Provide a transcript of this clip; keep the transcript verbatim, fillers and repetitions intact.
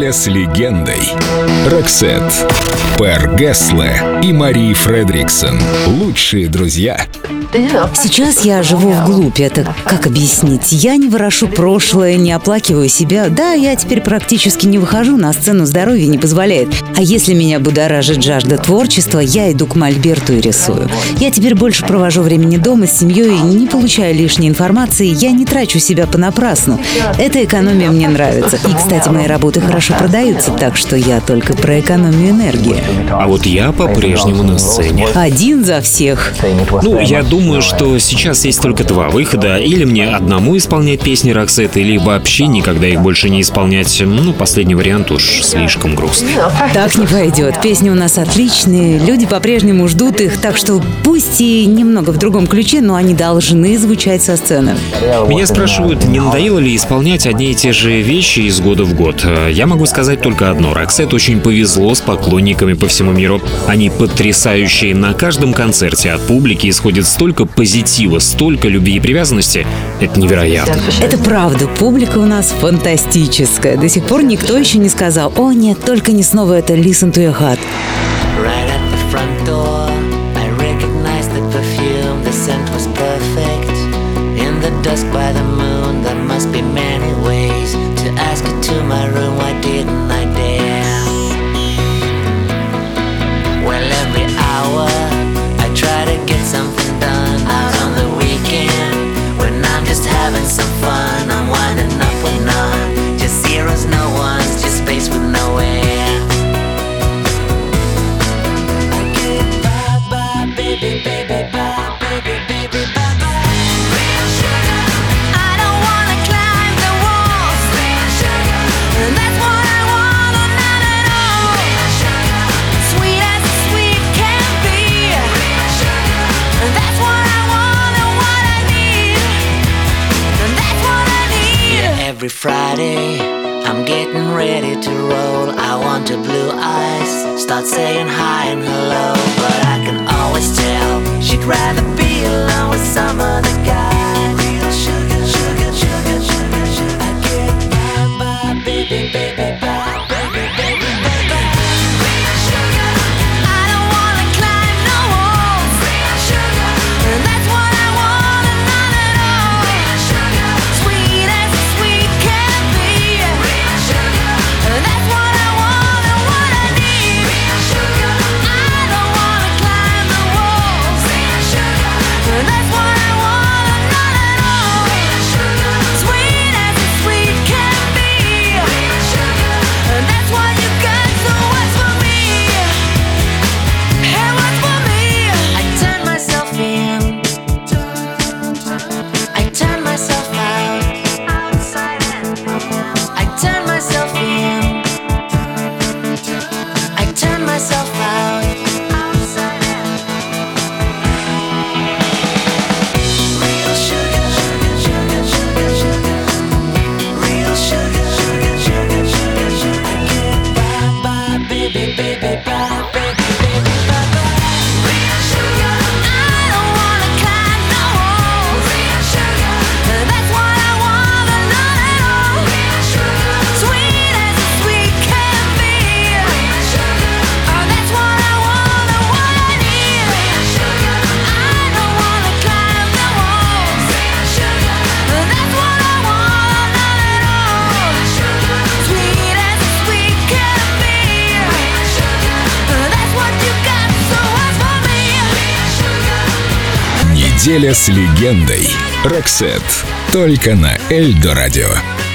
Неделя с легендой. Роксет, Per Gessle и Мари Фредриксон. Лучшие друзья. Сейчас я живу вглубь. Это как объяснить? Я не ворошу прошлое, не оплакиваю себя. Да, я теперь практически не выхожу на сцену, здоровье не позволяет. А если меня будоражит жажда творчества, я иду к мольберту и рисую. Я теперь больше провожу времени дома с семьей, не получаю лишней информации. Я не трачу себя понапрасну. Эта экономия мне нравится. И, кстати, мои работы хорошо продаются, так что я только про экономию энергии. А вот я по-прежнему на сцене. Один за всех. Ну, я думаю, что сейчас есть только два выхода. Или мне одному исполнять песни Роксет, или вообще никогда их больше не исполнять. Ну, последний вариант уж слишком грустный. Так не пойдет. Песни у нас отличные, люди по-прежнему ждут их, так что пусть и немного в другом ключе, но они должны звучать со сцены. Меня спрашивают, не надоело ли исполнять одни и те же вещи из года в год. Я могу сказать только одно. Роксет очень повезло с поклонниками по всему миру. Они потрясающие. На каждом концерте от публики исходит столько позитива, столько любви и привязанности. Это невероятно. Это правда. Публика у нас фантастическая. До сих пор никто еще не сказал: «О, нет, только не снова это Listen to your heart». Every Friday, I'm getting ready to roll. I want your blue eyes, start saying hi and hello. But I can always tell she'd rather be alone with some other guy. Real sugar, sugar, sugar, sugar, sugar. I get bye, bye, baby, baby, bye, baby, baby, baby. Real sugar. I don't wanna climb no walls. Real sugar. That's what I want and not at all. Real sugar. Sweet as sweet can be. Real sugar. That's what I want and what I need. Real sugar. I don't wanna climb the walls. Real sugar. That's what I want and not at all. Real sugar. Sweet as sweet can be. Real sugar. That's what you got, so what's for me? Hey, what's for me? I turn myself in. I turn myself out. I turn myself in. I turn myself out. Real sugar, sugar, sugar, sugar, sugar. Real sugar, sugar, sugar, sugar, sugar. I get bye, bye, baby, baby, bye, baby, baby, bye, bye. Real sugar. I don't wanna climb no walls. Real sugar. That's what I want and not at all. Real sugar. Sweet as sweet can be. Real sugar. Oh, that's what I want and what I need. Real sugar. I don't wanna climb the walls. Real sugar. That's what I want and not at all. Real sugar. Sweet as sweet can be. Real sugar. That's what you got, so what's for me? Real sugar. Неделя с легендой. Роксет. Только на Эльдо радио.